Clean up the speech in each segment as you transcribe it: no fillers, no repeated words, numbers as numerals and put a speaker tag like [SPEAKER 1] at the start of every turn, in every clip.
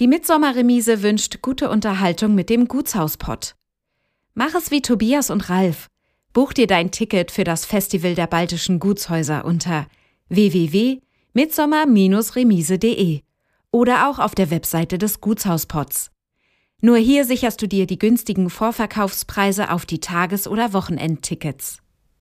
[SPEAKER 1] Die Mitsommerremise wünscht gute Unterhaltung mit dem Gutshauspott. Mach es wie Tobias und Ralf. Buch dir dein Ticket für das Festival der baltischen Gutshäuser unter www.mitsommer-remise.de oder auch auf der Webseite des Gutshauspotts. Nur hier sicherst du dir die günstigen Vorverkaufspreise auf die Tages- oder Wochenendtickets.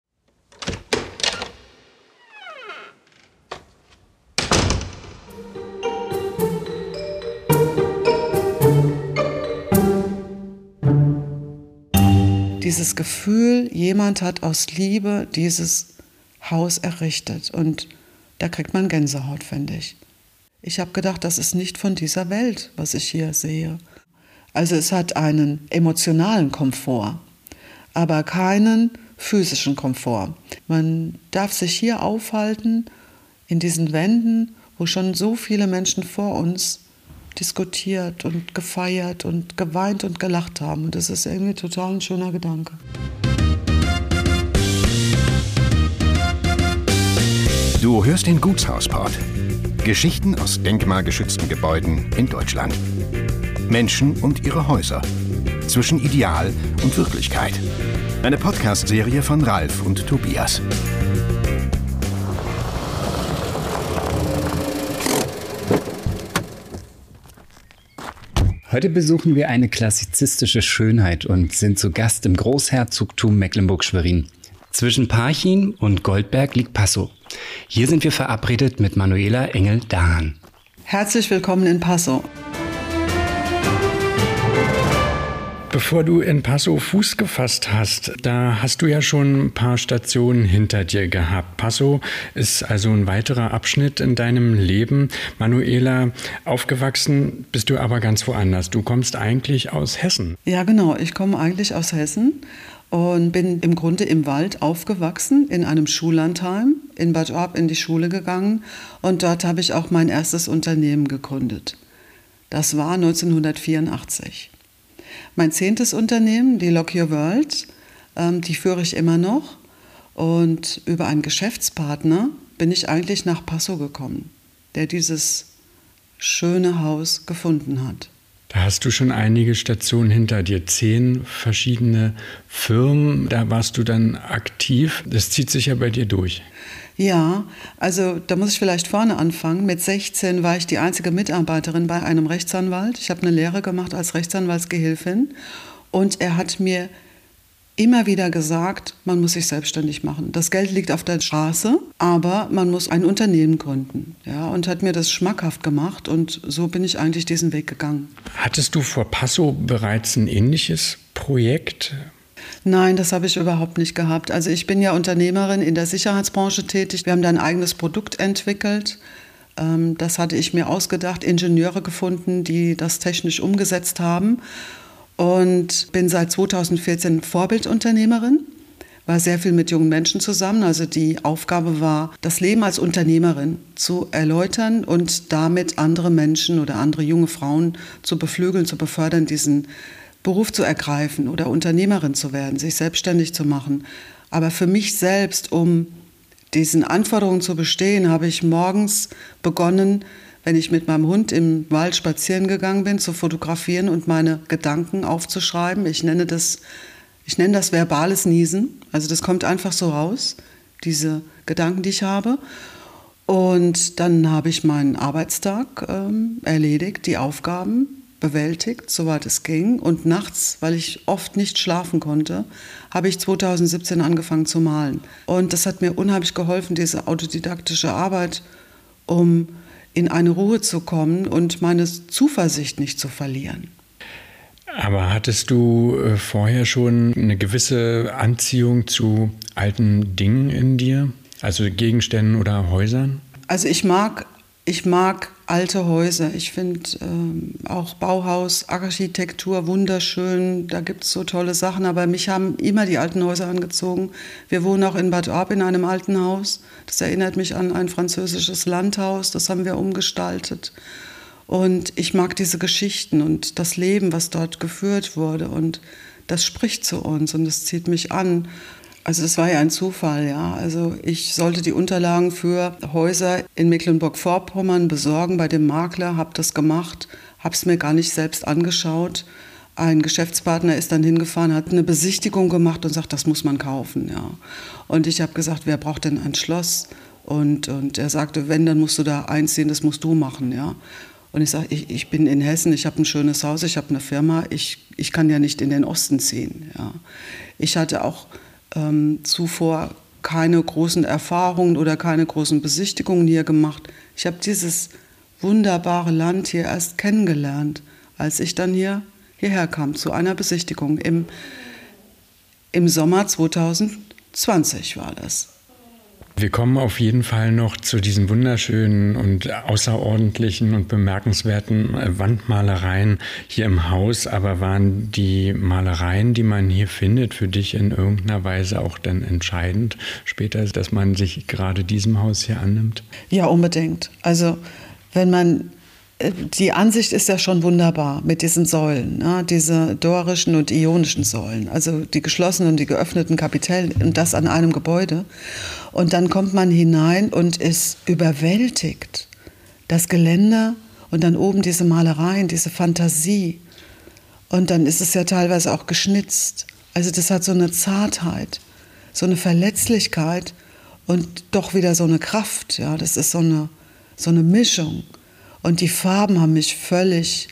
[SPEAKER 2] Dieses Gefühl, jemand hat aus Liebe dieses Haus errichtet. Und da kriegt man Gänsehaut, finde ich. Ich habe gedacht, das ist nicht von dieser Welt, was ich hier sehe. Also es hat einen emotionalen Komfort, aber keinen physischen Komfort. Man darf sich hier aufhalten, in diesen Wänden, wo schon so viele Menschen vor uns diskutiert und gefeiert und geweint und gelacht haben. Und das ist irgendwie total ein schöner Gedanke.
[SPEAKER 3] Du hörst den Gutshauspott. Geschichten aus denkmalgeschützten Gebäuden in Deutschland. Menschen und ihre Häuser. Zwischen Ideal und Wirklichkeit. Eine Podcast-Serie von Ralf und Tobias.
[SPEAKER 4] Heute besuchen wir eine klassizistische Schönheit und sind zu Gast im Großherzogtum Mecklenburg-Schwerin. Zwischen Parchim und Goldberg liegt Passau. Hier sind wir verabredet mit Manuela Engel-Dahan.
[SPEAKER 2] Herzlich willkommen in Passau.
[SPEAKER 5] Bevor du in Passau Fuß gefasst hast, da hast du ja schon ein paar Stationen hinter dir gehabt. Passau ist also ein weiterer Abschnitt in deinem Leben. Manuela, aufgewachsen bist du aber ganz woanders. Du kommst eigentlich aus Hessen.
[SPEAKER 2] Ja, genau. Ich komme eigentlich aus Hessen und bin im Grunde im Wald aufgewachsen, in einem Schullandheim, in Bad Orb in die Schule gegangen. Und dort habe ich auch mein erstes Unternehmen gegründet. Das war 1984. Mein 10. Unternehmen, die Lock Your World, die führe ich immer noch. Und über einen Geschäftspartner bin ich eigentlich nach Passau gekommen, der dieses schöne Haus gefunden hat.
[SPEAKER 5] Da hast du schon einige Stationen hinter dir, 10 verschiedene Firmen. Da warst du dann aktiv. Das zieht sich ja bei dir durch.
[SPEAKER 2] Ja, also da muss ich vielleicht vorne anfangen. Mit 16 war ich die einzige Mitarbeiterin bei einem Rechtsanwalt. Ich habe eine Lehre gemacht als Rechtsanwaltsgehilfin und er hat mir immer wieder gesagt, man muss sich selbstständig machen. Das Geld liegt auf der Straße, aber man muss ein Unternehmen gründen. Ja, und hat mir das schmackhaft gemacht und so bin ich eigentlich diesen Weg gegangen.
[SPEAKER 5] Hattest du vor Passau bereits ein ähnliches Projekt?
[SPEAKER 2] Nein, das habe ich überhaupt nicht gehabt. Also ich bin ja Unternehmerin in der Sicherheitsbranche tätig. Wir haben da ein eigenes Produkt entwickelt. Das hatte ich mir ausgedacht, Ingenieure gefunden, die das technisch umgesetzt haben. Und bin seit 2014 Vorbildunternehmerin, war sehr viel mit jungen Menschen zusammen. Also die Aufgabe war, das Leben als Unternehmerin zu erläutern und damit andere Menschen oder andere junge Frauen zu beflügeln, zu befördern, diesen Beruf zu ergreifen oder Unternehmerin zu werden, sich selbstständig zu machen. Aber für mich selbst, um diesen Anforderungen zu bestehen, habe ich morgens begonnen, wenn ich mit meinem Hund im Wald spazieren gegangen bin, zu fotografieren und meine Gedanken aufzuschreiben. Ich nenne das verbales Niesen. Also das kommt einfach so raus, diese Gedanken, die ich habe. Und dann habe ich meinen Arbeitstag erledigt, die Aufgaben bewältigt, soweit es ging. Und nachts, weil ich oft nicht schlafen konnte, habe ich 2017 angefangen zu malen. Und das hat mir unheimlich geholfen, diese autodidaktische Arbeit, um in eine Ruhe zu kommen und meine Zuversicht nicht zu verlieren.
[SPEAKER 5] Aber hattest du vorher schon eine gewisse Anziehung zu alten Dingen in dir? Also Gegenständen oder Häusern?
[SPEAKER 2] Also ich mag alte Häuser. Ich finde auch Bauhausarchitektur wunderschön. Da gibt es so tolle Sachen. Aber mich haben immer die alten Häuser angezogen. Wir wohnen auch in Bad Orb in einem alten Haus. Das erinnert mich an ein französisches Landhaus. Das haben wir umgestaltet. Und ich mag diese Geschichten und das Leben, was dort geführt wurde. Und das spricht zu uns und das zieht mich an. Also das war ja ein Zufall, ja. Also ich sollte die Unterlagen für Häuser in Mecklenburg-Vorpommern besorgen bei dem Makler, habe das gemacht, habe es mir gar nicht selbst angeschaut. Ein Geschäftspartner ist dann hingefahren, hat eine Besichtigung gemacht und sagt, das muss man kaufen. Ja. Und ich habe gesagt, wer braucht denn ein Schloss? Und er sagte, wenn, dann musst du da einziehen, das musst du machen. Ja. Und ich sage, ich bin in Hessen, ich habe ein schönes Haus, ich habe eine Firma, ich kann ja nicht in den Osten ziehen. Ja. Ich hatte auch zuvor keine großen Erfahrungen oder keine großen Besichtigungen hier gemacht. Ich habe dieses wunderbare Land hier erst kennengelernt, als ich dann hierher kam, zu einer Besichtigung. Im Sommer 2020 war das.
[SPEAKER 5] Wir kommen auf jeden Fall noch zu diesen wunderschönen und außerordentlichen und bemerkenswerten Wandmalereien hier im Haus. Aber waren die Malereien, die man hier findet, für dich in irgendeiner Weise auch dann entscheidend später, dass man sich gerade diesem Haus hier annimmt?
[SPEAKER 2] Ja, unbedingt. Also die Ansicht ist ja schon wunderbar mit diesen Säulen, ne? Diese dorischen und ionischen Säulen, also die geschlossenen und die geöffneten Kapitellen und das an einem Gebäude. Und dann kommt man hinein und ist überwältigt. Das Geländer und dann oben diese Malereien, diese Fantasie. Und dann ist es ja teilweise auch geschnitzt. Also das hat so eine Zartheit, so eine Verletzlichkeit und doch wieder so eine Kraft. Ja? Das ist so eine Mischung. Und die Farben haben mich völlig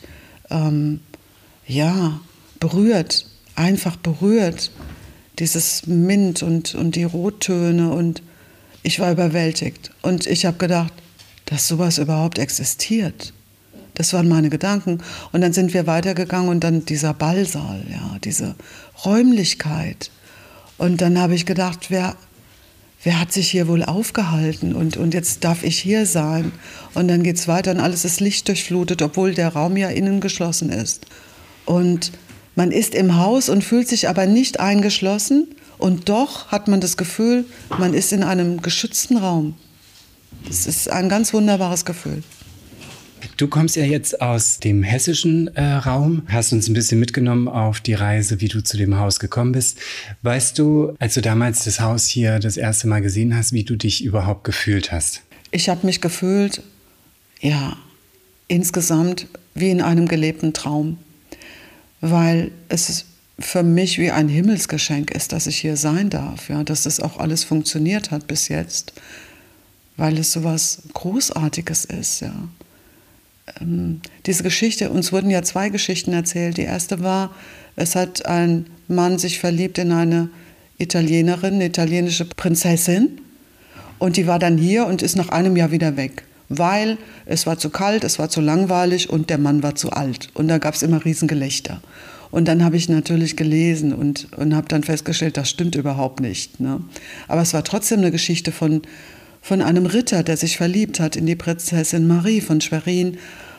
[SPEAKER 2] berührt, einfach berührt. Dieses Mint und die Rottöne und ich war überwältigt. Und ich habe gedacht, dass sowas überhaupt existiert. Das waren meine Gedanken. Und dann sind wir weitergegangen und dann dieser Ballsaal, ja, diese Räumlichkeit. Und dann habe ich gedacht, wer hat sich hier wohl aufgehalten und jetzt darf ich hier sein. Und dann geht es weiter und alles ist lichtdurchflutet, obwohl der Raum ja innen geschlossen ist. Und man ist im Haus und fühlt sich aber nicht eingeschlossen und doch hat man das Gefühl, man ist in einem geschützten Raum. Das ist ein ganz wunderbares Gefühl.
[SPEAKER 4] Du kommst ja jetzt aus dem hessischen Raum, hast uns ein bisschen mitgenommen auf die Reise, wie du zu dem Haus gekommen bist. Weißt du, als du damals das Haus hier das erste Mal gesehen hast, wie du dich überhaupt gefühlt hast?
[SPEAKER 2] Ich habe mich gefühlt, ja, insgesamt wie in einem gelebten Traum, weil es für mich wie ein Himmelsgeschenk ist, dass ich hier sein darf, ja, dass das auch alles funktioniert hat bis jetzt, weil es so was Großartiges ist, ja. Diese Geschichte, uns wurden ja 2 Geschichten erzählt. Die erste war, es hat ein Mann sich verliebt in eine Italienerin, eine italienische Prinzessin. Und die war dann hier und ist nach einem Jahr wieder weg. Weil es war zu kalt, es war zu langweilig und der Mann war zu alt. Und da gab es immer Riesengelächter. Und dann habe ich natürlich gelesen und habe dann festgestellt, das stimmt überhaupt nicht, ne? Aber es war trotzdem eine Geschichte von einem Ritter, der sich verliebt hat in die Prinzessin Marie von Schwerin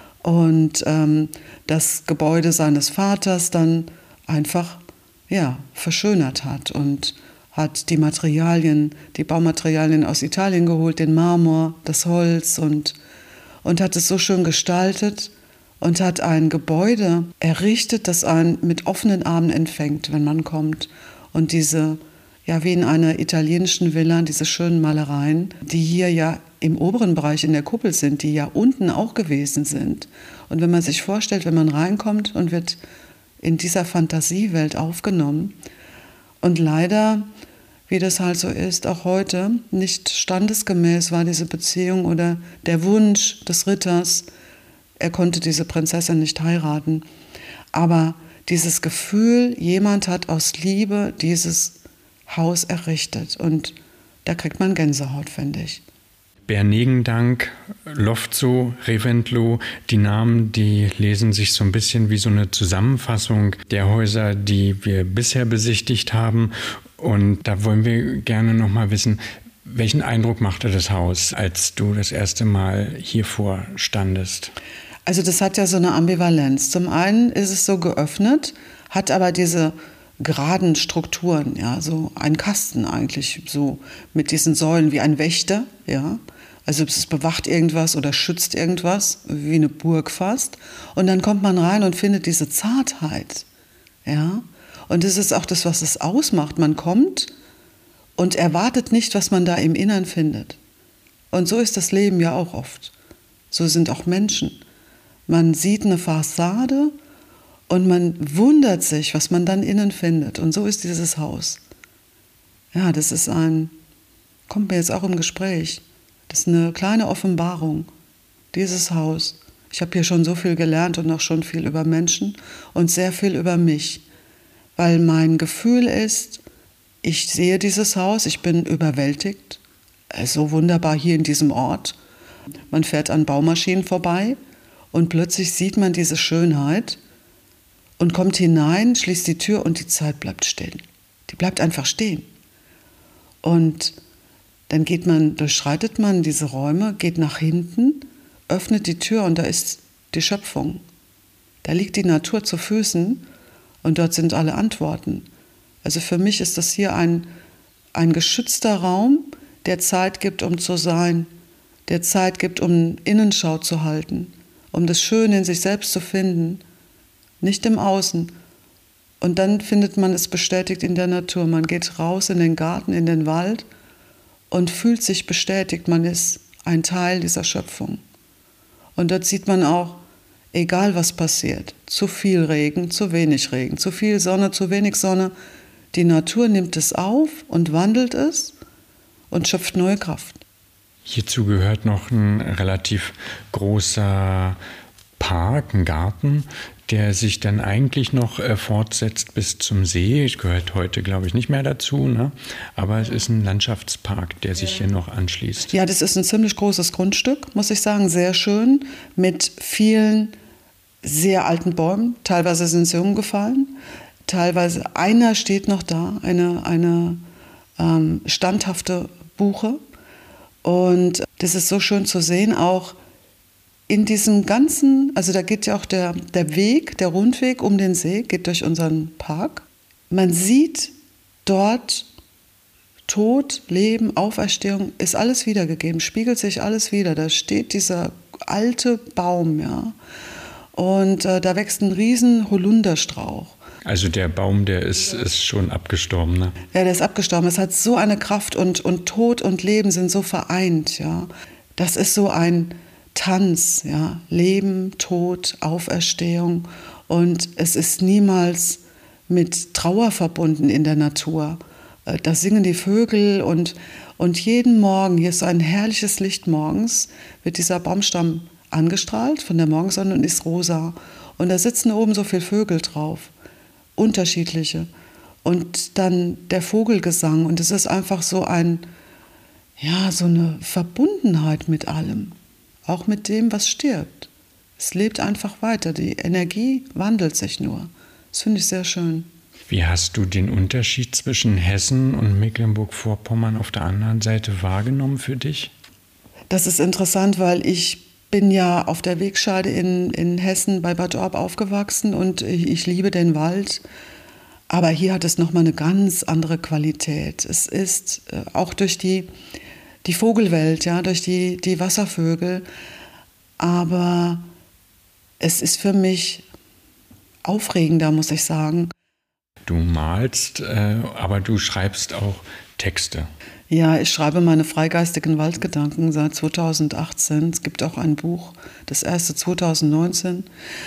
[SPEAKER 2] und das Gebäude seines Vaters dann einfach verschönert hat und hat die Baumaterialien aus Italien geholt, den Marmor, das Holz und hat es so schön gestaltet und hat ein Gebäude errichtet, das einen mit offenen Armen empfängt, wenn man kommt. Und diese wie in einer italienischen Villa, diese schönen Malereien, die hier ja im oberen Bereich in der Kuppel sind, die ja unten auch gewesen sind. Und wenn man sich vorstellt, wenn man reinkommt und wird in dieser Fantasiewelt aufgenommen und leider, wie das halt so ist, auch heute nicht standesgemäß war diese Beziehung oder der Wunsch des Ritters, er konnte diese Prinzessin nicht heiraten. Aber dieses Gefühl, jemand hat aus Liebe dieses Haus errichtet und da kriegt man Gänsehaut, finde ich.
[SPEAKER 5] Bernegendank, Lofzo, Reventlow, die Namen, die lesen sich so ein bisschen wie so eine Zusammenfassung der Häuser, die wir bisher besichtigt haben. Und da wollen wir gerne noch mal wissen, welchen Eindruck machte das Haus, als du das erste Mal hier vorstandest?
[SPEAKER 2] Also das hat ja so eine Ambivalenz. Zum einen ist es so geöffnet, hat aber diese geraden Strukturen, ja, so ein Kasten eigentlich, so mit diesen Säulen wie ein Wächter, ja. Also es bewacht irgendwas oder schützt irgendwas, wie eine Burg fast. Und dann kommt man rein und findet diese Zartheit, ja. Und das ist auch das, was es ausmacht. Man kommt und erwartet nicht, was man da im Innern findet. Und so ist das Leben ja auch oft. So sind auch Menschen. Man sieht eine Fassade und man wundert sich, was man dann innen findet. Und so ist dieses Haus. Ja, das ist kommt mir jetzt auch im Gespräch, das ist eine kleine Offenbarung, dieses Haus. Ich habe hier schon so viel gelernt und auch schon viel über Menschen und sehr viel über mich. Weil mein Gefühl ist, ich sehe dieses Haus, ich bin überwältigt. So wunderbar hier in diesem Ort. Man fährt an Baumaschinen vorbei und plötzlich sieht man diese Schönheit und kommt hinein, schließt die Tür und die Zeit bleibt still. Die bleibt einfach stehen. Und dann durchschreitet man diese Räume, geht nach hinten, öffnet die Tür und da ist die Schöpfung. Da liegt die Natur zu Füßen und dort sind alle Antworten. Also für mich ist das hier ein geschützter Raum, der Zeit gibt, um zu sein, der Zeit gibt, um Innenschau zu halten, um das Schöne in sich selbst zu finden, nicht im Außen. Und dann findet man es bestätigt in der Natur. Man geht raus in den Garten, in den Wald und fühlt sich bestätigt, man ist ein Teil dieser Schöpfung. Und dort sieht man auch, egal was passiert, zu viel Regen, zu wenig Regen, zu viel Sonne, zu wenig Sonne, die Natur nimmt es auf und wandelt es und schöpft neue Kraft.
[SPEAKER 5] Hierzu gehört noch ein relativ großer Park, ein Garten, der sich dann eigentlich noch fortsetzt bis zum See. Gehört heute, glaube ich, nicht mehr dazu, ne? Aber es ist ein Landschaftspark, der sich hier noch anschließt.
[SPEAKER 2] Ja, das ist ein ziemlich großes Grundstück, muss ich sagen, sehr schön, mit vielen sehr alten Bäumen. Teilweise sind sie umgefallen, teilweise, einer steht noch da, eine standhafte Buche. Und das ist so schön zu sehen, auch in diesem ganzen, also da geht ja auch der Weg, der Rundweg um den See, geht durch unseren Park. Man sieht dort Tod, Leben, Auferstehung, ist alles wiedergegeben, spiegelt sich alles wieder. Da steht dieser alte Baum, ja, und da wächst ein riesen Holunderstrauch.
[SPEAKER 5] Also der Baum, der ist schon abgestorben, ne?
[SPEAKER 2] Ja, der ist abgestorben. Es hat so eine Kraft und Tod und Leben sind so vereint, ja. Das ist so ein Tanz, ja, Leben, Tod, Auferstehung, und es ist niemals mit Trauer verbunden in der Natur. Da singen die Vögel und jeden Morgen, hier ist so ein herrliches Licht morgens, wird dieser Baumstamm angestrahlt von der Morgensonne und ist rosa. Und da sitzen oben so viele Vögel drauf, unterschiedliche. Und dann der Vogelgesang, und es ist einfach so so eine Verbundenheit mit allem. Auch mit dem, was stirbt. Es lebt einfach weiter. Die Energie wandelt sich nur. Das finde ich sehr schön.
[SPEAKER 5] Wie hast du den Unterschied zwischen Hessen und Mecklenburg-Vorpommern auf der anderen Seite wahrgenommen für dich?
[SPEAKER 2] Das ist interessant, weil ich bin ja auf der Wegscheide in Hessen bei Bad Orb aufgewachsen und ich liebe den Wald. Aber hier hat es nochmal eine ganz andere Qualität. Es ist auch durch die Vogelwelt, ja, durch die Wasservögel. Aber es ist für mich aufregender, muss ich sagen.
[SPEAKER 5] Du malst, aber du schreibst auch Texte.
[SPEAKER 2] Ja, ich schreibe meine freigeistigen Waldgedanken seit 2018. Es gibt auch ein Buch, das erste 2019.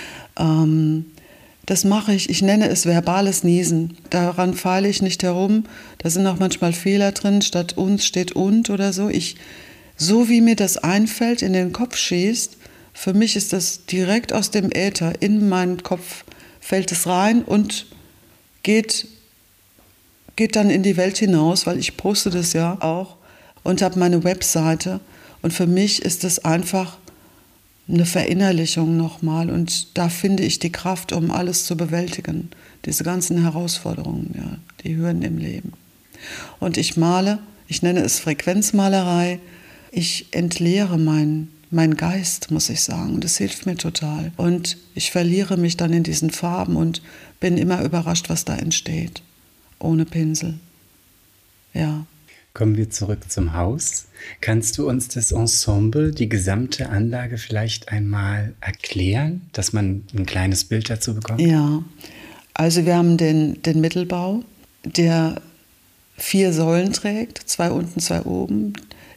[SPEAKER 2] Das mache ich nenne es verbales Niesen. Daran feile ich nicht herum. Da sind auch manchmal Fehler drin, statt uns steht und oder so. So wie mir das einfällt, in den Kopf schießt, für mich ist das direkt aus dem Äther, in meinen Kopf fällt es rein und geht dann in die Welt hinaus, weil ich poste das ja auch und habe meine Webseite. Und für mich ist das einfach eine Verinnerlichung nochmal, und da finde ich die Kraft, um alles zu bewältigen, diese ganzen Herausforderungen, ja, die Hürden im Leben. Und ich male, ich nenne es Frequenzmalerei, ich entleere meinen Geist, muss ich sagen, das hilft mir total. Und ich verliere mich dann in diesen Farben und bin immer überrascht, was da entsteht, ohne Pinsel, ja.
[SPEAKER 4] Kommen wir zurück zum Haus. Kannst du uns das Ensemble, die gesamte Anlage vielleicht einmal erklären, dass man ein kleines Bild dazu bekommt?
[SPEAKER 2] Ja, also wir haben den Mittelbau, der 4 Säulen trägt, 2 unten, 2 oben.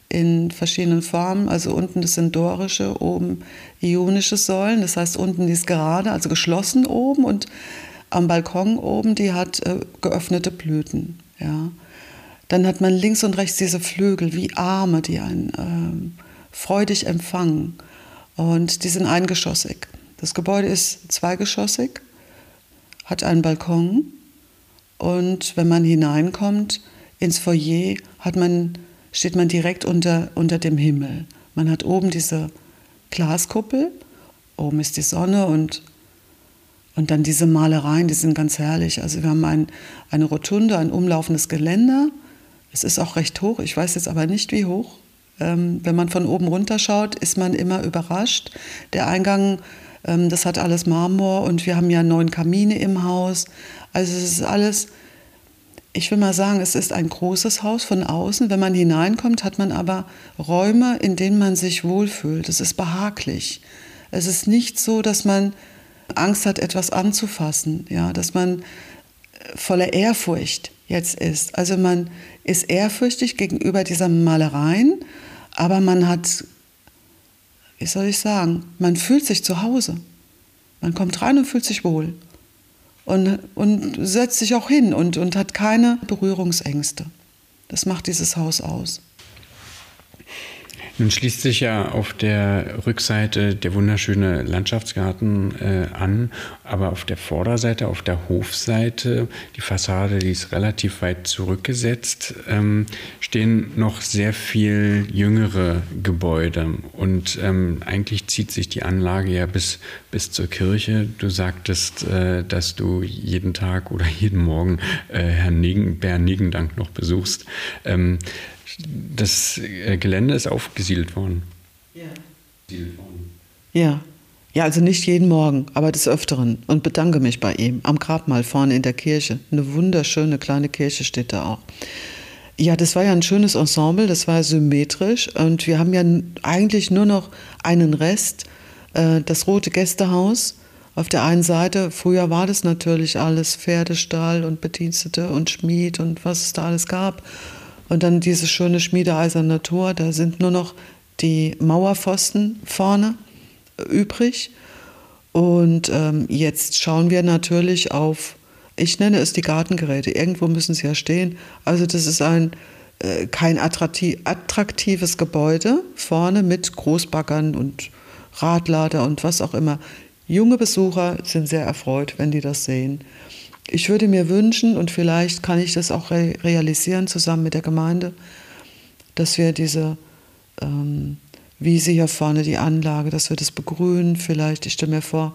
[SPEAKER 2] in verschiedenen Formen. Also unten, das sind dorische, oben ionische Säulen. Das heißt, unten die ist gerade, also geschlossen oben, und am Balkon oben, die hat geöffnete Blüten. Ja. Dann hat man links und rechts diese Flügel wie Arme, die einen freudig empfangen. Und die sind eingeschossig. Das Gebäude ist zweigeschossig, hat einen Balkon. Und wenn man hineinkommt ins Foyer, steht man direkt unter dem Himmel. Man hat oben diese Glaskuppel, oben ist die Sonne und dann diese Malereien, die sind ganz herrlich. Also wir haben eine Rotunde, ein umlaufendes Geländer. Es ist auch recht hoch, ich weiß jetzt aber nicht, wie hoch. Wenn man von oben runter schaut, ist man immer überrascht. Der Eingang, das hat alles Marmor und wir haben ja 9 Kamine im Haus. Also es ist alles, ich will mal sagen, es ist ein großes Haus von außen. Wenn man hineinkommt, hat man aber Räume, in denen man sich wohlfühlt. Es ist behaglich. Es ist nicht so, dass man Angst hat, etwas anzufassen, ja, dass man voller Ehrfurcht jetzt ist. Also man ist ehrfürchtig gegenüber dieser Malereien, aber man hat, wie soll ich sagen, man fühlt sich zu Hause. Man kommt rein und fühlt sich wohl und setzt sich auch hin und hat keine Berührungsängste. Das macht dieses Haus aus.
[SPEAKER 5] Nun schließt sich ja auf der Rückseite der wunderschöne Landschaftsgarten an, aber auf der Vorderseite, auf der Hofseite, die Fassade, die ist relativ weit zurückgesetzt, stehen noch sehr viel jüngere Gebäude und eigentlich zieht sich die Anlage ja bis zur Kirche. Du sagtest, dass du jeden Tag oder jeden Morgen Herrn Bernd Niegendank noch besuchst. Das Gelände ist aufgesiedelt worden.
[SPEAKER 2] Ja. Ja, also nicht jeden Morgen, aber des Öfteren, und bedanke mich bei ihm am Grabmal vorne in der Kirche. Eine wunderschöne kleine Kirche steht da auch. Ja, das war ja ein schönes Ensemble, das war symmetrisch und wir haben ja eigentlich nur noch einen Rest, das Rote Gästehaus. Auf der einen Seite, früher war das natürlich alles Pferdestall und Bedienstete und Schmied und was es da alles gab. Und dann dieses schöne schmiedeeiserne Tor, da sind nur noch die Mauerpfosten vorne übrig. Und jetzt schauen wir natürlich auf, ich nenne es die Gartengeräte, irgendwo müssen sie ja stehen. Also das ist kein attraktives Gebäude, vorne mit Großbaggern und Radlader und was auch immer. Junge Besucher sind sehr erfreut, wenn die das sehen. Ich würde mir wünschen, und vielleicht kann ich das auch realisieren zusammen mit der Gemeinde, dass wir diese Wiese hier vorne, die Anlage, dass wir das begrünen. Vielleicht, ich stelle mir vor,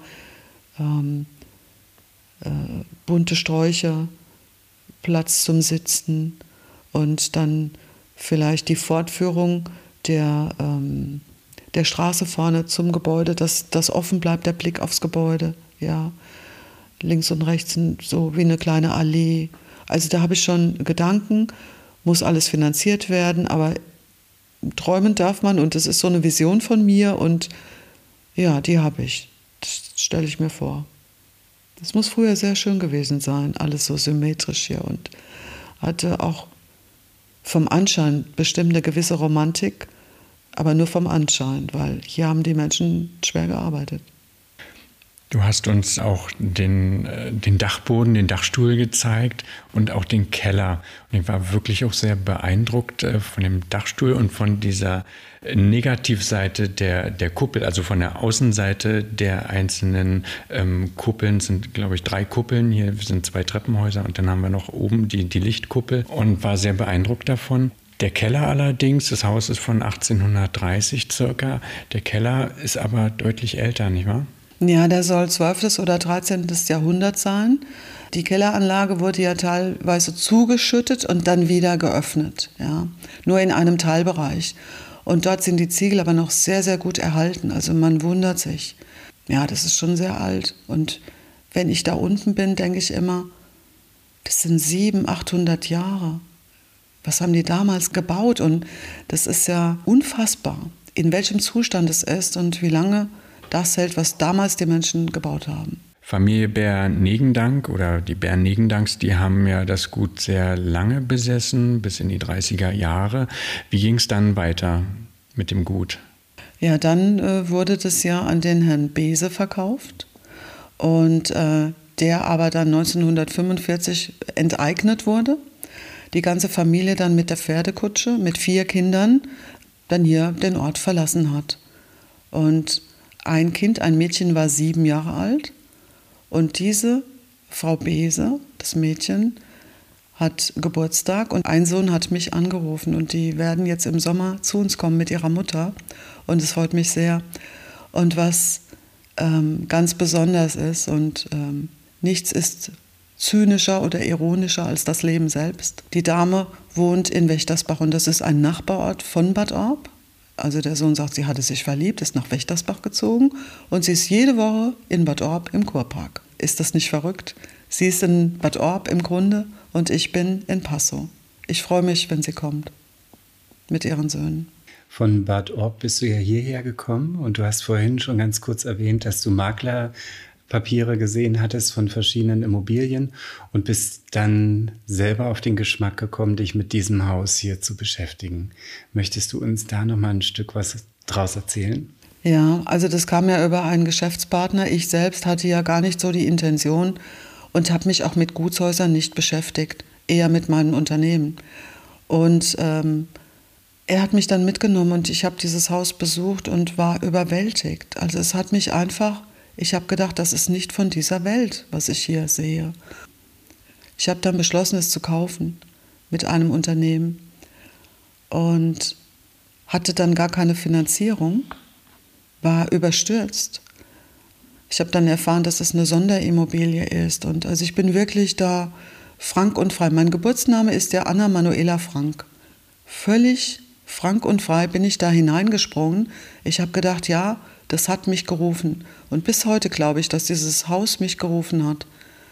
[SPEAKER 2] bunte Sträucher, Platz zum Sitzen und dann vielleicht die Fortführung der Straße vorne zum Gebäude, dass das offen bleibt, der Blick aufs Gebäude, ja. Links und rechts sind so wie eine kleine Allee. Also da habe ich schon Gedanken, muss alles finanziert werden, aber träumen darf man und das ist so eine Vision von mir und ja, die habe ich. Das stelle ich mir vor. Das muss früher sehr schön gewesen sein, alles so symmetrisch hier und hatte auch vom Anschein bestimmt eine gewisse Romantik, aber nur vom Anschein, weil hier haben die Menschen schwer gearbeitet.
[SPEAKER 5] Du hast uns auch den Dachboden, den Dachstuhl gezeigt und auch den Keller. Und ich war wirklich auch sehr beeindruckt von dem Dachstuhl und von dieser Negativseite der Kuppel, also von der Außenseite der einzelnen Kuppeln. Es sind, glaube ich, 3 Kuppeln. Hier sind 2 Treppenhäuser und dann haben wir noch oben die Lichtkuppel und war sehr beeindruckt davon. Der Keller allerdings, das Haus ist von 1830 circa. Der Keller ist aber deutlich älter, nicht wahr?
[SPEAKER 2] Ja, der soll 12. oder 13. Jahrhundert sein. Die Kelleranlage wurde ja teilweise zugeschüttet und dann wieder geöffnet. Ja. Nur in einem Teilbereich. Und dort sind die Ziegel aber noch sehr, sehr gut erhalten. Also man wundert sich. Ja, das ist schon sehr alt. Und wenn ich da unten bin, denke ich immer, das sind 700, 800 Jahre. Was haben die damals gebaut? Und das ist ja unfassbar, in welchem Zustand es ist und wie lange das hält, was damals die Menschen gebaut haben.
[SPEAKER 5] Familie Bär-Negendank oder die Bär-Negendanks, die haben ja das Gut sehr lange besessen, bis in die 30er Jahre. Wie ging es dann weiter mit dem Gut?
[SPEAKER 2] Ja, dann wurde das ja an den Herrn Beese verkauft und der aber dann 1945 enteignet wurde. Die ganze Familie dann mit der Pferdekutsche, mit 4 Kindern, dann hier den Ort verlassen hat. Und ein Mädchen war 7 Jahre alt. Und diese Frau Beese, das Mädchen, hat Geburtstag und ein Sohn hat mich angerufen und die werden jetzt im Sommer zu uns kommen mit ihrer Mutter und es freut mich sehr. Und was ganz besonders ist und nichts ist zynischer oder ironischer als das Leben selbst. Die Dame wohnt in Wächtersbach und das ist ein Nachbarort von Bad Orb. Also der Sohn sagt, sie hatte sich verliebt, ist nach Wächtersbach gezogen und sie ist jede Woche in Bad Orb im Kurpark. Ist das nicht verrückt? Sie ist in Bad Orb im Grunde und ich bin in Passau. Ich freue mich, wenn sie kommt mit ihren Söhnen.
[SPEAKER 4] Von Bad Orb bist du ja hierher gekommen und du hast vorhin schon ganz kurz erwähnt, dass du Maklerpapiere gesehen hattest von verschiedenen Immobilien und bist dann selber auf den Geschmack gekommen, dich mit diesem Haus hier zu beschäftigen. Möchtest du uns da noch mal ein Stück was draus erzählen?
[SPEAKER 2] Ja, also das kam ja über einen Geschäftspartner. Ich selbst hatte ja gar nicht so die Intention und habe mich auch mit Gutshäusern nicht beschäftigt, eher mit meinem Unternehmen. Und er hat mich dann mitgenommen und ich habe dieses Haus besucht und war überwältigt. Also es hat mich einfach, ich habe gedacht, das ist nicht von dieser Welt, was ich hier sehe. Ich habe dann beschlossen, es zu kaufen mit einem Unternehmen und hatte dann gar keine Finanzierung, war überstürzt. Ich habe dann erfahren, dass es eine Sonderimmobilie ist und also ich bin wirklich da frank und frei. Mein Geburtsname ist ja Anna Manuela Frank. Völlig frank und frei bin ich da hineingesprungen. Ich habe gedacht, ja, das hat mich gerufen. Und bis heute glaube ich, dass dieses Haus mich gerufen hat.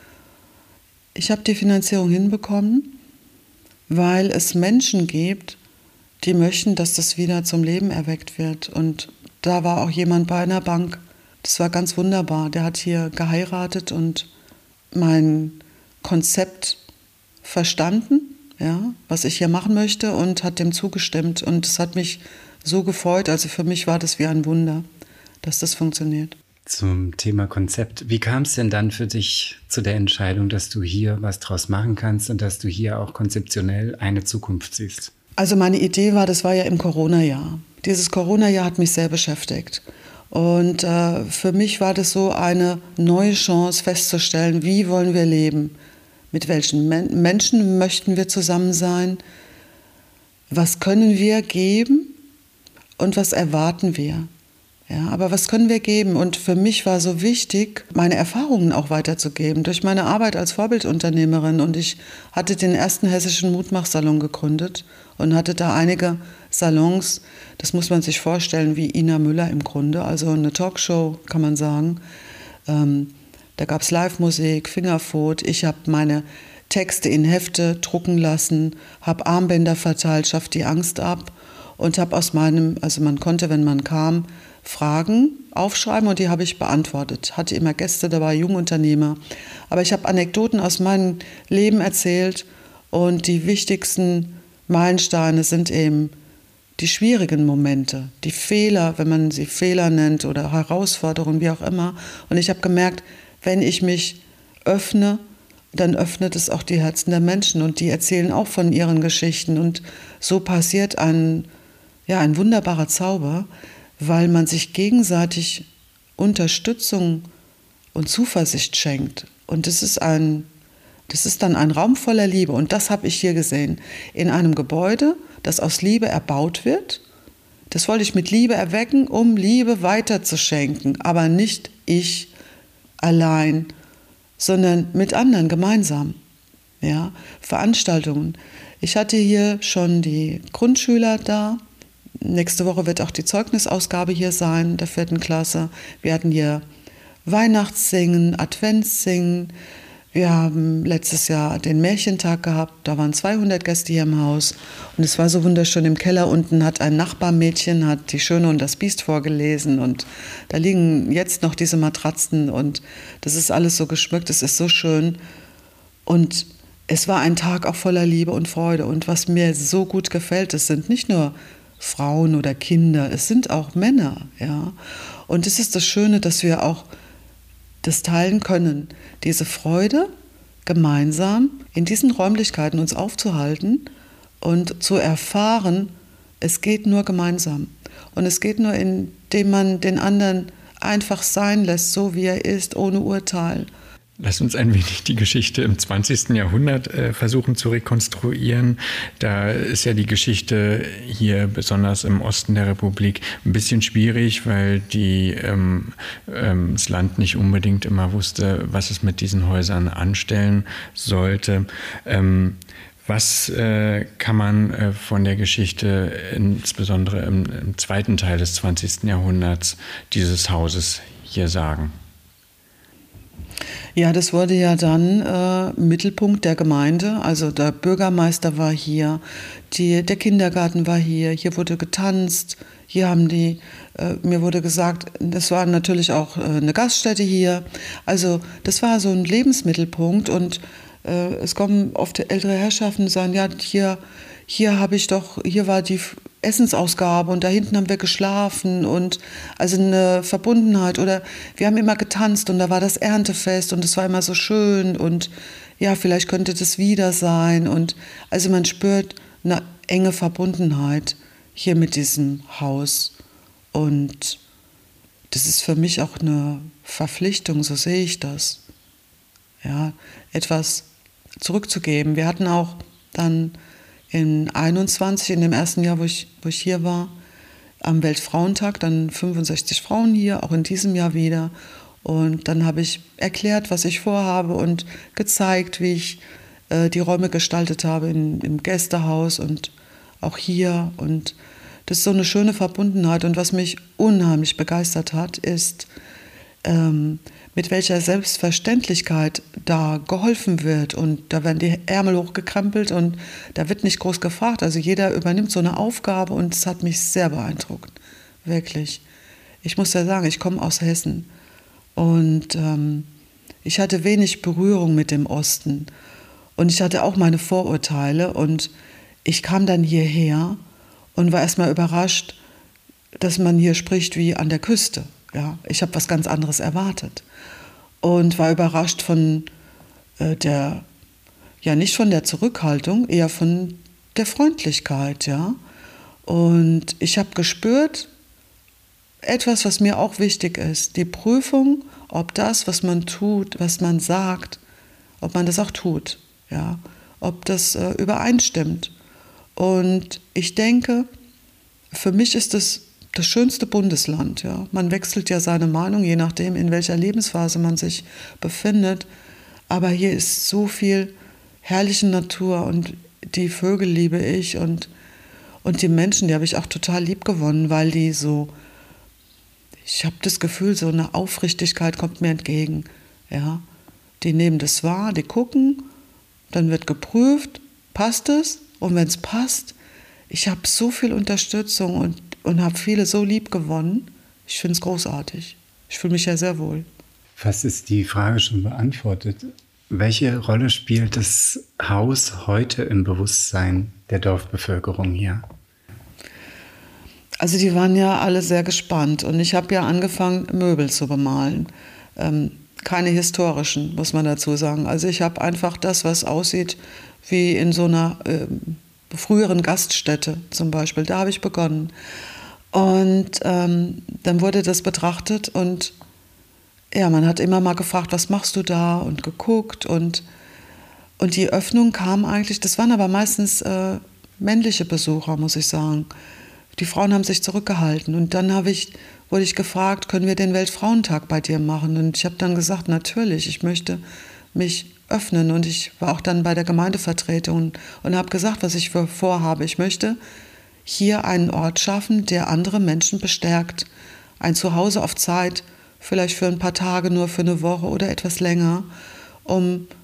[SPEAKER 2] Ich habe die Finanzierung hinbekommen, weil es Menschen gibt, die möchten, dass das wieder zum Leben erweckt wird. Und da war auch jemand bei einer Bank. Das war ganz wunderbar. Der hat hier geheiratet und mein Konzept verstanden, ja, was ich hier machen möchte und hat dem zugestimmt. Und es hat mich so gefreut. Also für mich war das wie ein Wunder, dass das funktioniert.
[SPEAKER 4] Zum Thema Konzept. Wie kam es denn dann für dich zu der Entscheidung, dass du hier was draus machen kannst und dass du hier auch konzeptionell eine Zukunft siehst?
[SPEAKER 2] Also meine Idee war, das war ja im Corona-Jahr. Dieses Corona-Jahr hat mich sehr beschäftigt. Und für mich war das so eine neue Chance festzustellen, wie wollen wir leben? Mit welchen Menschen möchten wir zusammen sein? Was können wir geben und was erwarten wir? Ja, aber was können wir geben? Und für mich war so wichtig, meine Erfahrungen auch weiterzugeben durch meine Arbeit als Vorbildunternehmerin. Und ich hatte den ersten hessischen Mutmachsalon gegründet und hatte da einige Salons, das muss man sich vorstellen, wie Ina Müller im Grunde, also eine Talkshow kann man sagen. Da gab es Live-Musik, Fingerfood. Ich habe meine Texte in Hefte drucken lassen, habe Armbänder verteilt, schafft die Angst ab und habe aus meinem, also man konnte, wenn man kam, Fragen aufschreiben und die habe ich beantwortet. Hatte immer Gäste dabei, Jungunternehmer. Aber ich habe Anekdoten aus meinem Leben erzählt und die wichtigsten Meilensteine sind eben die schwierigen Momente, die Fehler, wenn man sie Fehler nennt oder Herausforderungen, wie auch immer. Und ich habe gemerkt, wenn ich mich öffne, dann öffnet es auch die Herzen der Menschen und die erzählen auch von ihren Geschichten. Und so passiert ein wunderbarer Zauber, weil man sich gegenseitig Unterstützung und Zuversicht schenkt. Und das ist dann ein Raum voller Liebe. Und das habe ich hier gesehen. In einem Gebäude, das aus Liebe erbaut wird. Das wollte ich mit Liebe erwecken, um Liebe weiterzuschenken. Aber nicht ich allein, sondern mit anderen gemeinsam. Ja, Veranstaltungen. Ich hatte hier schon die Grundschüler da. Nächste Woche wird auch die Zeugnisausgabe hier sein, der 4. Klasse. Wir hatten hier Weihnachtssingen, Adventssingen. Wir haben letztes Jahr den Märchentag gehabt, da waren 200 Gäste hier im Haus und es war so wunderschön. Im Keller unten hat ein Nachbarmädchen hat Die Schöne und das Biest vorgelesen und da liegen jetzt noch diese Matratzen und das ist alles so geschmückt, es ist so schön und es war ein Tag auch voller Liebe und Freude und was mir so gut gefällt, es sind nicht nur Frauen oder Kinder, es sind auch Männer, ja. Und es ist das Schöne, dass wir auch das teilen können, diese Freude gemeinsam in diesen Räumlichkeiten uns aufzuhalten und zu erfahren, es geht nur gemeinsam. Und es geht nur, indem man den anderen einfach sein lässt, so wie er ist, ohne Urteil.
[SPEAKER 5] Lass uns ein wenig die Geschichte im 20. Jahrhundert versuchen zu rekonstruieren. Da ist ja die Geschichte hier, besonders im Osten der Republik, ein bisschen schwierig, weil das Land nicht unbedingt immer wusste, was es mit diesen Häusern anstellen sollte. Was kann man von der Geschichte, insbesondere im zweiten Teil des 20. Jahrhunderts, dieses Hauses hier sagen?
[SPEAKER 2] Ja, das wurde ja dann Mittelpunkt der Gemeinde. Also der Bürgermeister war hier, der Kindergarten war hier wurde getanzt. Hier haben mir wurde gesagt, das war natürlich auch eine Gaststätte hier. Also das war so ein Lebensmittelpunkt und es kommen oft ältere Herrschaften und sagen, ja, hier war die Essensausgabe und da hinten haben wir geschlafen und also eine Verbundenheit oder wir haben immer getanzt und da war das Erntefest und es war immer so schön und ja, vielleicht könnte das wieder sein und also man spürt eine enge Verbundenheit hier mit diesem Haus und das ist für mich auch eine Verpflichtung, so sehe ich das, ja, etwas zurückzugeben. Wir hatten auch dann in 21, in dem ersten Jahr, wo ich hier war, am Weltfrauentag, dann 65 Frauen hier, auch in diesem Jahr wieder. Und dann habe ich erklärt, was ich vorhabe und gezeigt, wie ich die Räume gestaltet habe im Gästehaus und auch hier. Und das ist so eine schöne Verbundenheit. Und was mich unheimlich begeistert hat, ist, mit welcher Selbstverständlichkeit da geholfen wird. Und da werden die Ärmel hochgekrempelt und da wird nicht groß gefragt. Also jeder übernimmt so eine Aufgabe und es hat mich sehr beeindruckt. Wirklich. Ich muss ja sagen, ich komme aus Hessen und ich hatte wenig Berührung mit dem Osten. Und ich hatte auch meine Vorurteile und ich kam dann hierher und war erstmal überrascht, dass man hier spricht wie an der Küste. Ja, ich habe was ganz anderes erwartet und war überrascht von nicht von der Zurückhaltung, eher von der Freundlichkeit, ja. Und ich habe gespürt, etwas, was mir auch wichtig ist, die Prüfung, ob das, was man tut, was man sagt, ob man das auch tut, ja, ob das übereinstimmt. Und ich denke, für mich ist es das schönste Bundesland. Ja. Man wechselt ja seine Meinung, je nachdem, in welcher Lebensphase man sich befindet. Aber hier ist so viel herrliche Natur und die Vögel liebe ich und die Menschen, die habe ich auch total lieb gewonnen, weil die so, ich habe das Gefühl, so eine Aufrichtigkeit kommt mir entgegen. Ja. Die nehmen das wahr, die gucken, dann wird geprüft, passt es? Und wenn es passt, ich habe so viel Unterstützung und habe viele so lieb gewonnen. Ich finde es großartig. Ich fühle mich ja sehr wohl.
[SPEAKER 4] Fast ist die Frage schon beantwortet. Welche Rolle spielt das Haus heute im Bewusstsein der Dorfbevölkerung hier?
[SPEAKER 2] Also die waren ja alle sehr gespannt und ich habe ja angefangen, Möbel zu bemalen. Keine historischen, muss man dazu sagen. Also ich habe einfach das, was aussieht wie in so einer früheren Gaststätte zum Beispiel. Da habe ich begonnen. Und dann wurde das betrachtet und ja, man hat immer mal gefragt, was machst du da und geguckt und die Öffnung kam eigentlich, das waren aber meistens männliche Besucher, muss ich sagen. Die Frauen haben sich zurückgehalten und dann wurde ich gefragt, können wir den Weltfrauentag bei dir machen? Und ich habe dann gesagt, natürlich, ich möchte mich öffnen und ich war auch dann bei der Gemeindevertretung und habe gesagt, was ich vorhabe. Ich möchte hier einen Ort schaffen, der andere Menschen bestärkt. Ein Zuhause auf Zeit, vielleicht für ein paar Tage, nur für eine Woche oder etwas länger, um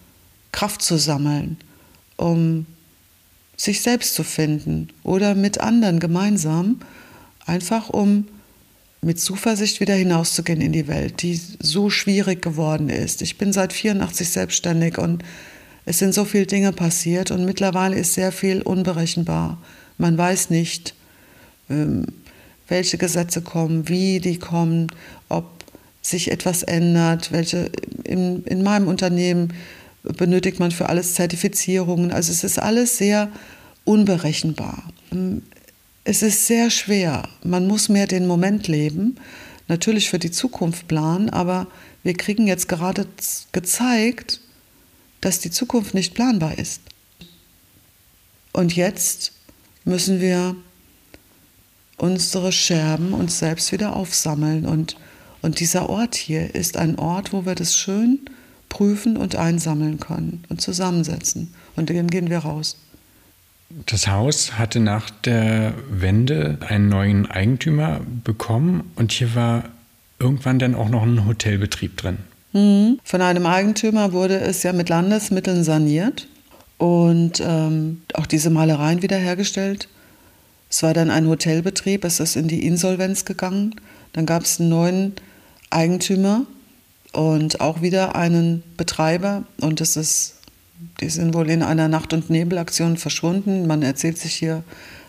[SPEAKER 2] Kraft zu sammeln, um sich selbst zu finden oder mit anderen gemeinsam, einfach um mit Zuversicht wieder hinauszugehen in die Welt, die so schwierig geworden ist. Ich bin seit 1984 selbstständig und es sind so viele Dinge passiert und mittlerweile ist sehr viel unberechenbar. Man weiß nicht, welche Gesetze kommen, wie die kommen, ob sich etwas ändert, welche in meinem Unternehmen benötigt man für alles Zertifizierungen. Also es ist alles sehr unberechenbar. Es ist sehr schwer. Man muss mehr den Moment leben, natürlich für die Zukunft planen, aber wir kriegen jetzt gerade gezeigt, dass die Zukunft nicht planbar ist. Und jetzt müssen wir unsere Scherben uns selbst wieder aufsammeln. Und dieser Ort hier ist ein Ort, wo wir das schön prüfen und einsammeln können und zusammensetzen. Und dann gehen wir raus.
[SPEAKER 5] Das Haus hatte nach der Wende einen neuen Eigentümer bekommen und hier war irgendwann dann auch noch ein Hotelbetrieb drin.
[SPEAKER 2] Von einem Eigentümer wurde es ja mit Landesmitteln saniert und auch diese Malereien wiederhergestellt. Es war dann ein Hotelbetrieb, es ist in die Insolvenz gegangen. Dann gab es einen neuen Eigentümer und auch wieder einen Betreiber und die sind wohl in einer Nacht- und Nebelaktion verschwunden. Man erzählt sich hier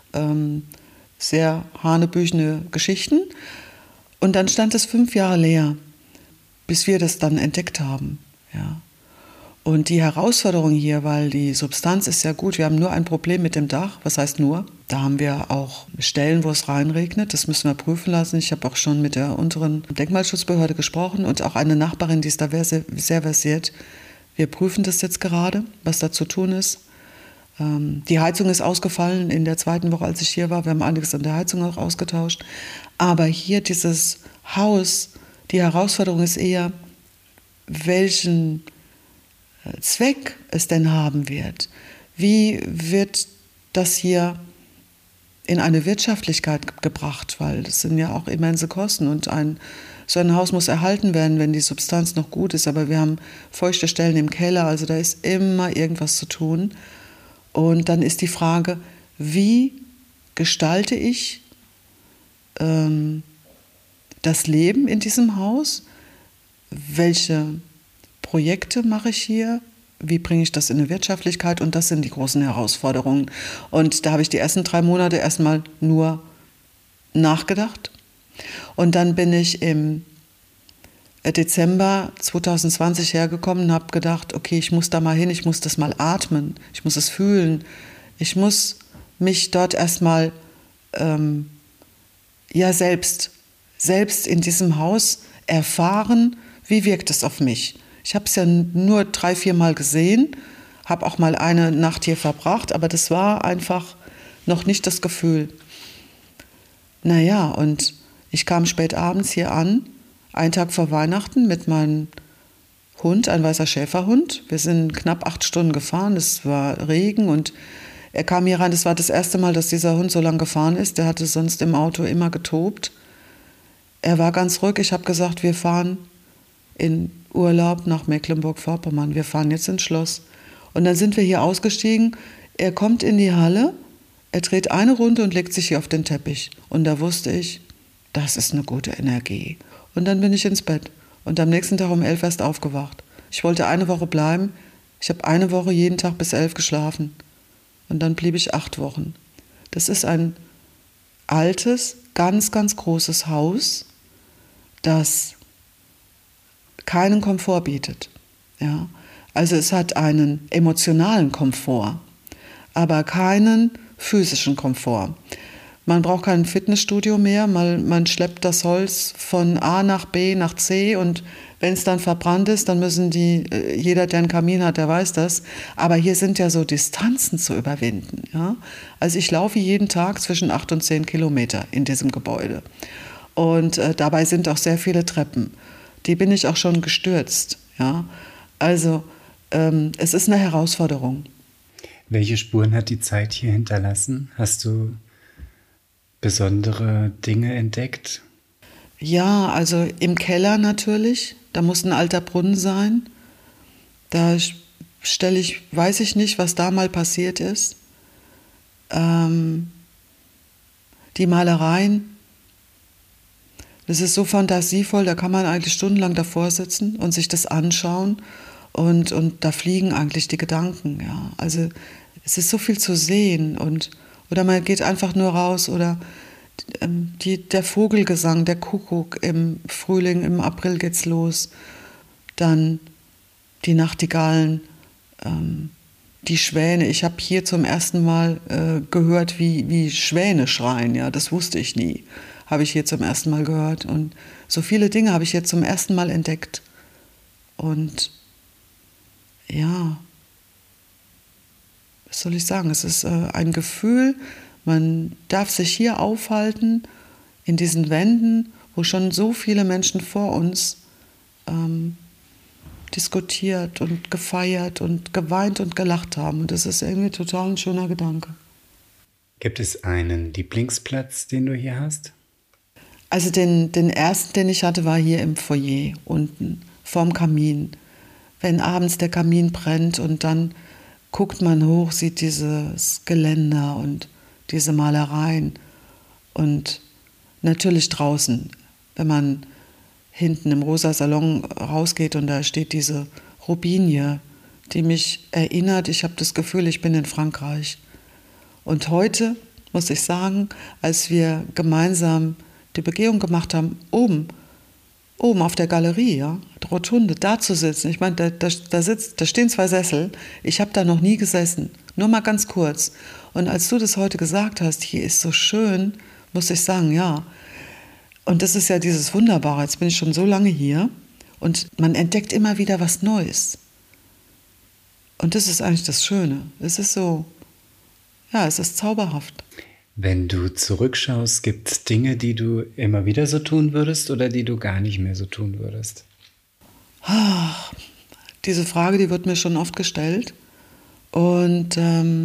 [SPEAKER 2] sehr hanebüchene Geschichten. Und dann stand es 5 Jahre leer, bis wir das dann entdeckt haben. Ja. Und die Herausforderung hier, weil die Substanz ist ja gut, wir haben nur ein Problem mit dem Dach. Was heißt nur? Da haben wir auch Stellen, wo es reinregnet. Das müssen wir prüfen lassen. Ich habe auch schon mit der unteren Denkmalschutzbehörde gesprochen und auch eine Nachbarin, die ist da sehr, sehr versiert. Wir prüfen das jetzt gerade, was da zu tun ist. Die Heizung ist ausgefallen in der 2. Woche, als ich hier war. Wir haben einiges an der Heizung auch ausgetauscht. Aber hier dieses Haus, die Herausforderung ist eher, welchen Zweck es denn haben wird. Wie wird das hier in eine Wirtschaftlichkeit gebracht? Weil das sind ja auch immense Kosten und so ein Haus muss erhalten werden, wenn die Substanz noch gut ist. Aber wir haben feuchte Stellen im Keller, also da ist immer irgendwas zu tun. Und dann ist die Frage, wie gestalte ich das Leben in diesem Haus? Welche Projekte mache ich hier? Wie bringe ich das in eine Wirtschaftlichkeit? Und das sind die großen Herausforderungen. Und da habe ich die ersten 3 Monate erstmal nur nachgedacht. Und dann bin ich im Dezember 2020 hergekommen und habe gedacht, okay, ich muss da mal hin, ich muss das mal atmen, ich muss es fühlen. Ich muss mich dort erstmal selbst in diesem Haus erfahren, wie wirkt es auf mich. Ich habe es ja nur 3-4 Mal gesehen, habe auch mal eine Nacht hier verbracht, aber das war einfach noch nicht das Gefühl. Naja, und ich kam spät abends hier an, einen Tag vor Weihnachten mit meinem Hund, ein weißer Schäferhund. Wir sind knapp 8 Stunden gefahren, es war Regen und er kam hier rein. Das war das erste Mal, dass dieser Hund so lange gefahren ist. Der hatte sonst im Auto immer getobt. Er war ganz ruhig. Ich habe gesagt, wir fahren in Urlaub nach Mecklenburg-Vorpommern. Wir fahren jetzt ins Schloss. Und dann sind wir hier ausgestiegen. Er kommt in die Halle, er dreht eine Runde und legt sich hier auf den Teppich. Und da wusste ich, das ist eine gute Energie. Und dann bin ich ins Bett. Und am nächsten Tag um 11 erst aufgewacht. Ich wollte eine Woche bleiben. Ich habe eine Woche jeden Tag bis 11 geschlafen. Und dann blieb ich 8 Wochen. Das ist ein altes, ganz, ganz großes Haus, das keinen Komfort bietet. Ja? Also es hat einen emotionalen Komfort, aber keinen physischen Komfort. Man braucht kein Fitnessstudio mehr, man schleppt das Holz von A nach B nach C und wenn es dann verbrannt ist, dann müssen jeder, der einen Kamin hat, der weiß das. Aber hier sind ja so Distanzen zu überwinden. Ja? Also ich laufe jeden Tag zwischen 8 und 10 Kilometer in diesem Gebäude. Und dabei sind auch sehr viele Treppen. Die bin ich auch schon gestürzt. Ja? Also es ist eine Herausforderung.
[SPEAKER 4] Welche Spuren hat die Zeit hier hinterlassen? Hast du besondere Dinge entdeckt?
[SPEAKER 2] Ja, also im Keller natürlich. Da muss ein alter Brunnen sein. Da weiß ich nicht, was da mal passiert ist. Die Malereien, das ist so fantasievoll, da kann man eigentlich stundenlang davor sitzen und sich das anschauen und da fliegen eigentlich die Gedanken. Ja. Also es ist so viel zu sehen oder man geht einfach nur raus oder der Vogelgesang, der Kuckuck im Frühling, im April geht's los, dann die Nachtigallen, die Schwäne. Ich habe hier zum ersten Mal gehört, wie Schwäne schreien. Ja, das wusste ich nie. Habe ich hier zum ersten Mal gehört. Und so viele Dinge habe ich jetzt zum ersten Mal entdeckt. Und ja, was soll ich sagen? Es ist ein Gefühl, man darf sich hier aufhalten, in diesen Wänden, wo schon so viele Menschen vor uns diskutiert und gefeiert und geweint und gelacht haben. Und das ist irgendwie total ein schöner Gedanke.
[SPEAKER 4] Gibt es einen Lieblingsplatz, den du hier hast?
[SPEAKER 2] Also den ersten, den ich hatte, war hier im Foyer unten, vorm Kamin. Wenn abends der Kamin brennt und dann guckt man hoch, sieht dieses Geländer und diese Malereien. Und natürlich draußen, wenn man hinten im rosa Salon rausgeht und da steht diese Robinie, die mich erinnert, ich habe das Gefühl, ich bin in Frankreich. Und heute, muss ich sagen, als wir gemeinsam die Begehung gemacht haben, oben auf der Galerie, ja, der Rotunde, da zu sitzen, ich meine, da stehen 2 Sessel, ich habe da noch nie gesessen, nur mal ganz kurz. Und als du das heute gesagt hast, hier ist so schön, muss ich sagen, ja. Und das ist ja dieses Wunderbare, jetzt bin ich schon so lange hier und man entdeckt immer wieder was Neues. Und das ist eigentlich das Schöne. Es ist so, ja, es ist zauberhaft.
[SPEAKER 4] Wenn du zurückschaust, gibt es Dinge, die du immer wieder so tun würdest oder die du gar nicht mehr so tun würdest?
[SPEAKER 2] Ach, diese Frage, die wird mir schon oft gestellt. Und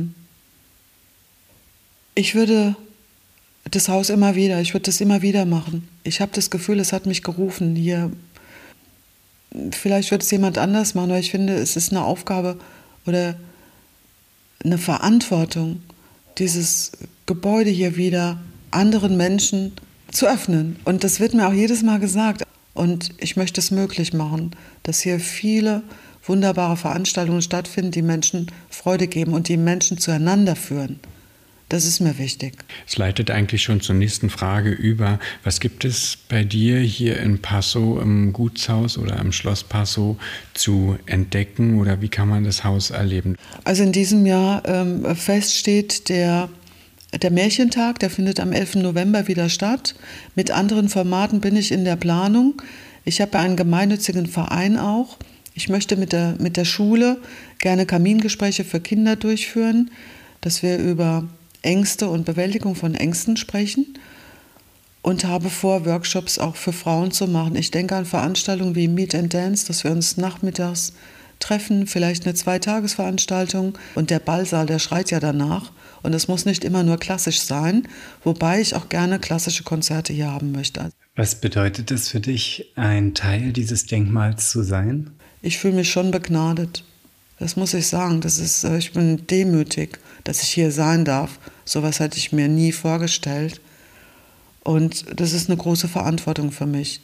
[SPEAKER 2] ich würde das Haus ich würde das immer wieder machen. Ich habe das Gefühl, es hat mich gerufen hier. Vielleicht wird es jemand anders machen, aber ich finde, es ist eine Aufgabe oder eine Verantwortung, dieses Gebäude hier wieder anderen Menschen zu öffnen. Und das wird mir auch jedes Mal gesagt. Und ich möchte es möglich machen, dass hier viele wunderbare Veranstaltungen stattfinden, die Menschen Freude geben und die Menschen zueinander führen. Das ist mir wichtig.
[SPEAKER 5] Es leitet eigentlich schon zur nächsten Frage über. Was gibt es bei dir hier in Passau im Gutshaus oder im Schloss Passau zu entdecken oder wie kann man das Haus erleben?
[SPEAKER 2] Also in diesem Jahr feststeht der Märchentag, der findet am 11. November wieder statt. Mit anderen Formaten bin ich in der Planung. Ich habe einen gemeinnützigen Verein auch. Ich möchte mit der Schule gerne Kamingespräche für Kinder durchführen, dass wir über Ängste und Bewältigung von Ängsten sprechen und habe vor, Workshops auch für Frauen zu machen. Ich denke an Veranstaltungen wie Meet and Dance, dass wir uns nachmittags treffen, vielleicht eine 2-Tages-Veranstaltung und der Ballsaal, der schreit ja danach und es muss nicht immer nur klassisch sein, wobei ich auch gerne klassische Konzerte hier haben möchte.
[SPEAKER 4] Was bedeutet es für dich, ein Teil dieses Denkmals zu sein?
[SPEAKER 2] Ich fühle mich schon begnadet. Das muss ich sagen. Ich bin demütig, dass ich hier sein darf. Sowas hätte ich mir nie vorgestellt. Und das ist eine große Verantwortung für mich.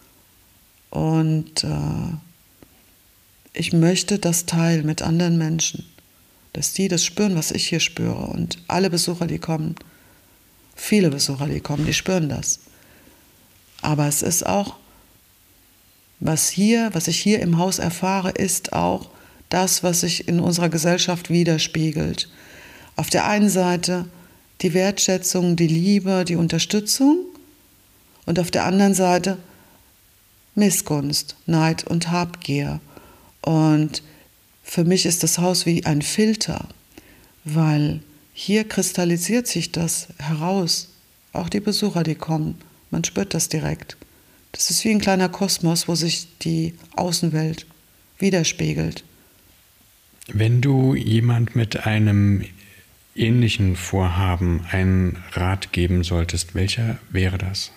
[SPEAKER 2] Und ich möchte das teilen mit anderen Menschen, dass die das spüren, was ich hier spüre. Und alle Besucher, die kommen, viele Besucher, die kommen, die spüren das. Aber es ist auch, was ich hier im Haus erfahre, ist auch das, was sich in unserer Gesellschaft widerspiegelt. Auf der einen Seite die Wertschätzung, die Liebe, die Unterstützung und auf der anderen Seite Missgunst, Neid und Habgier. Und für mich ist das Haus wie ein Filter, weil hier kristallisiert sich das heraus. Auch die Besucher, die kommen, man spürt das direkt. Das ist wie ein kleiner Kosmos, wo sich die Außenwelt widerspiegelt.
[SPEAKER 5] Wenn du jemand mit einem ähnlichen Vorhaben einen Rat geben solltest, welcher wäre das?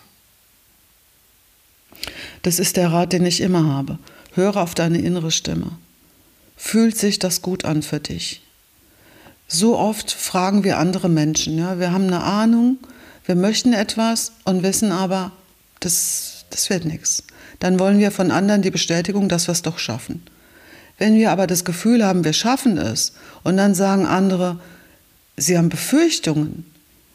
[SPEAKER 2] Das ist der Rat, den ich immer habe. Höre auf deine innere Stimme. fühlt sich das gut an für dich? So oft fragen wir andere Menschen, ja, wir haben eine Ahnung, wir möchten etwas und wissen aber, das wird nichts. Dann wollen wir von anderen die Bestätigung, dass wir es doch schaffen. Wenn wir aber das Gefühl haben, wir schaffen es und dann sagen andere, sie haben Befürchtungen,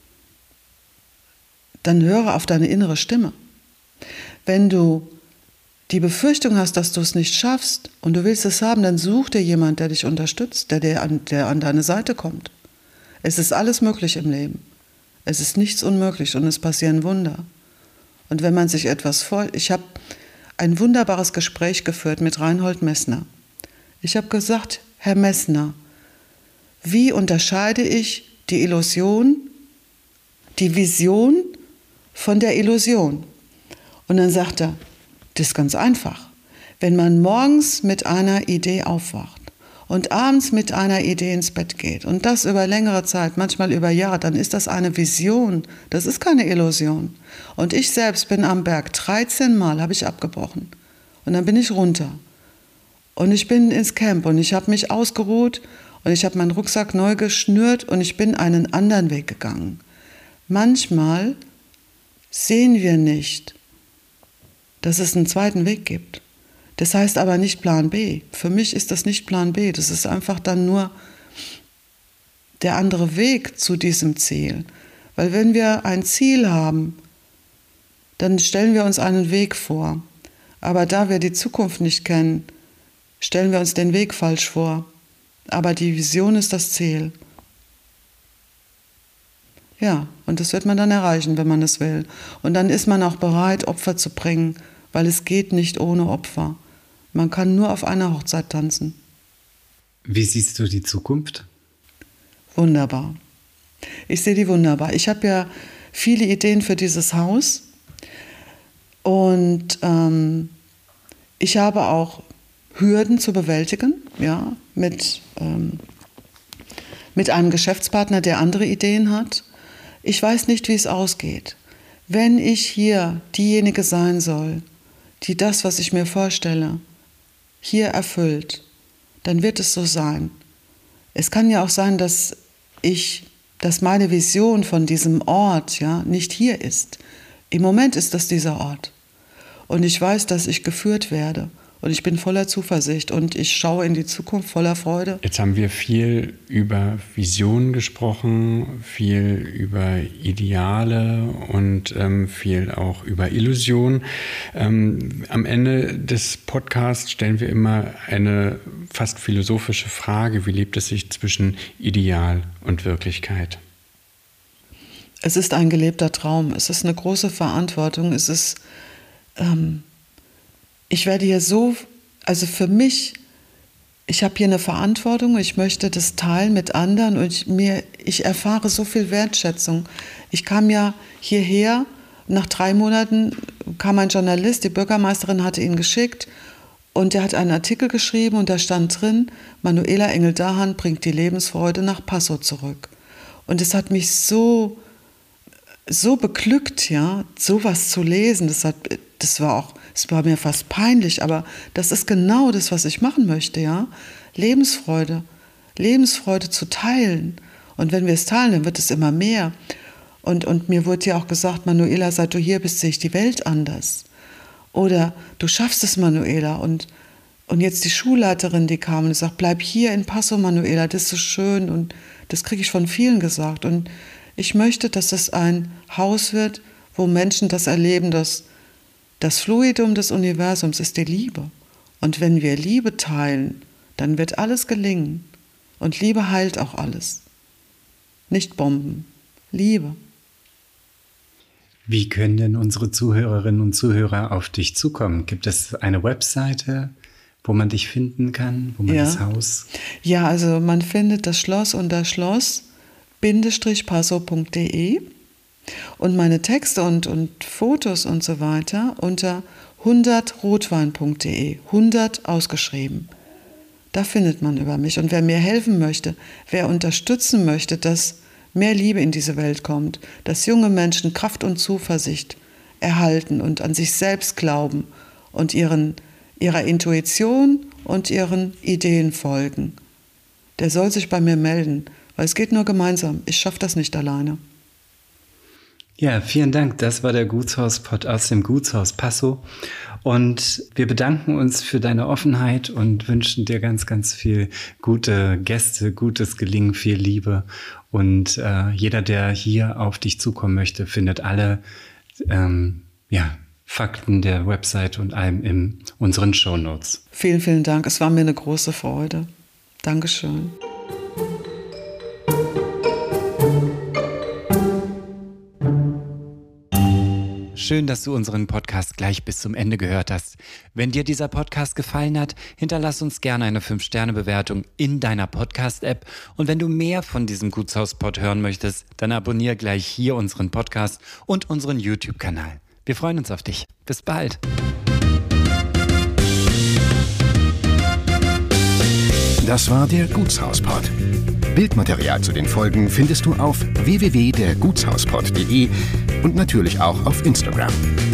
[SPEAKER 2] dann höre auf deine innere Stimme. Wenn du die Befürchtung hast, dass du es nicht schaffst und du willst es haben, dann such dir jemand, der dich unterstützt, der an deine Seite kommt. Es ist alles möglich im Leben. Es ist nichts unmöglich und es passieren Wunder. Und wenn man sich etwas ich habe ein wunderbares Gespräch geführt mit Reinhold Messner. Ich habe gesagt, Herr Messner, wie unterscheide ich die Illusion, die Vision von der Illusion? Und dann sagt er, das ist ganz einfach. Wenn man morgens mit einer Idee aufwacht und abends mit einer Idee ins Bett geht und das über längere Zeit, manchmal über Jahre, dann ist das eine Vision, das ist keine Illusion. Und ich selbst bin am Berg, 13 Mal habe ich abgebrochen und dann bin ich runter und ich bin ins Camp und ich habe mich ausgeruht und ich habe meinen Rucksack neu geschnürt und ich bin einen anderen Weg gegangen. Manchmal sehen wir nicht, dass es einen zweiten Weg gibt. Das heißt aber nicht Plan B. Für mich ist das nicht Plan B. Das ist einfach dann nur der andere Weg zu diesem Ziel. Weil wenn wir ein Ziel haben, dann stellen wir uns einen Weg vor. Aber da wir die Zukunft nicht kennen, stellen wir uns den Weg falsch vor. Aber die Vision ist das Ziel. Ja, und das wird man dann erreichen, wenn man es will. Und dann ist man auch bereit, Opfer zu bringen, weil es geht nicht ohne Opfer. Man kann nur auf einer Hochzeit tanzen.
[SPEAKER 4] Wie siehst du die Zukunft?
[SPEAKER 2] Wunderbar. Ich sehe die wunderbar. Ich habe ja viele Ideen für dieses Haus und ich habe auch Hürden zu bewältigen, ja, mit einem Geschäftspartner, der andere Ideen hat. Ich weiß nicht, wie es ausgeht. Wenn ich hier diejenige sein soll, die das, was ich mir vorstelle, hier erfüllt, dann wird es so sein. Es kann ja auch sein, dass meine Vision von diesem Ort, ja, nicht hier ist. Im Moment ist das dieser Ort. Und ich weiß, dass ich geführt werde. Und ich bin voller Zuversicht und ich schaue in die Zukunft voller Freude.
[SPEAKER 5] Jetzt haben wir viel über Visionen gesprochen, viel über Ideale und viel auch über Illusionen. Am Ende des Podcasts stellen wir immer eine fast philosophische Frage. Wie lebt es sich zwischen Ideal und Wirklichkeit?
[SPEAKER 2] Es ist ein gelebter Traum. Es ist eine große Verantwortung. Es ist... Ich werde hier also für mich, ich habe hier eine Verantwortung, ich möchte das teilen mit anderen und ich erfahre so viel Wertschätzung. Ich kam ja hierher, nach 3 Monaten kam ein Journalist, die Bürgermeisterin hatte ihn geschickt und der hat einen Artikel geschrieben und da stand drin, Manuela Engel-Dahan bringt die Lebensfreude nach Passau zurück. Und es hat mich so beglückt, ja, sowas zu lesen, es war mir fast peinlich, aber das ist genau das, was ich machen möchte, ja. Lebensfreude zu teilen. Und wenn wir es teilen, dann wird es immer mehr. Und mir wurde ja auch gesagt, Manuela, seit du hier bist, sehe ich die Welt anders. Oder du schaffst es, Manuela. Und jetzt die Schulleiterin, die kam und sagt, bleib hier in Passau, Manuela, das ist so schön. Und das kriege ich von vielen gesagt. Und ich möchte, dass es ein Haus wird, wo Menschen das erleben, dass das Fluidum des Universums ist die Liebe. Und wenn wir Liebe teilen, dann wird alles gelingen. Und Liebe heilt auch alles. Nicht Bomben, Liebe.
[SPEAKER 4] Wie können denn unsere Zuhörerinnen und Zuhörer auf dich zukommen? Gibt es eine Webseite, wo man dich finden kann, wo man das Haus...
[SPEAKER 2] Ja, also man findet das Schloss unter schloss-passau.de und meine Texte und Fotos und so weiter unter 100rotwein.de, 100 ausgeschrieben. Da findet man über mich. Und wer mir helfen möchte, wer unterstützen möchte, dass mehr Liebe in diese Welt kommt, dass junge Menschen Kraft und Zuversicht erhalten und an sich selbst glauben und ihrer Intuition und ihren Ideen folgen. Der soll sich bei mir melden, weil es geht nur gemeinsam. Ich schaffe das nicht alleine.
[SPEAKER 4] Ja, vielen Dank. Das war der Gutshauspod aus dem Gutshaus Passow. Und wir bedanken uns für deine Offenheit und wünschen dir ganz, ganz viel gute Gäste, gutes Gelingen, viel Liebe. Und jeder, der hier auf dich zukommen möchte, findet alle Fakten der Website und allem in unseren Shownotes.
[SPEAKER 2] Vielen, vielen Dank. Es war mir eine große Freude. Dankeschön.
[SPEAKER 4] Schön, dass du unseren Podcast gleich bis zum Ende gehört hast. Wenn dir dieser Podcast gefallen hat, hinterlass uns gerne eine 5-Sterne-Bewertung in deiner Podcast-App. Und wenn du mehr von diesem Gutshauspod hören möchtest, dann abonniere gleich hier unseren Podcast und unseren YouTube-Kanal. Wir freuen uns auf dich. Bis bald.
[SPEAKER 3] Das war der Gutshauspod. Bildmaterial zu den Folgen findest du auf www.dergutshauspod.de und natürlich auch auf Instagram.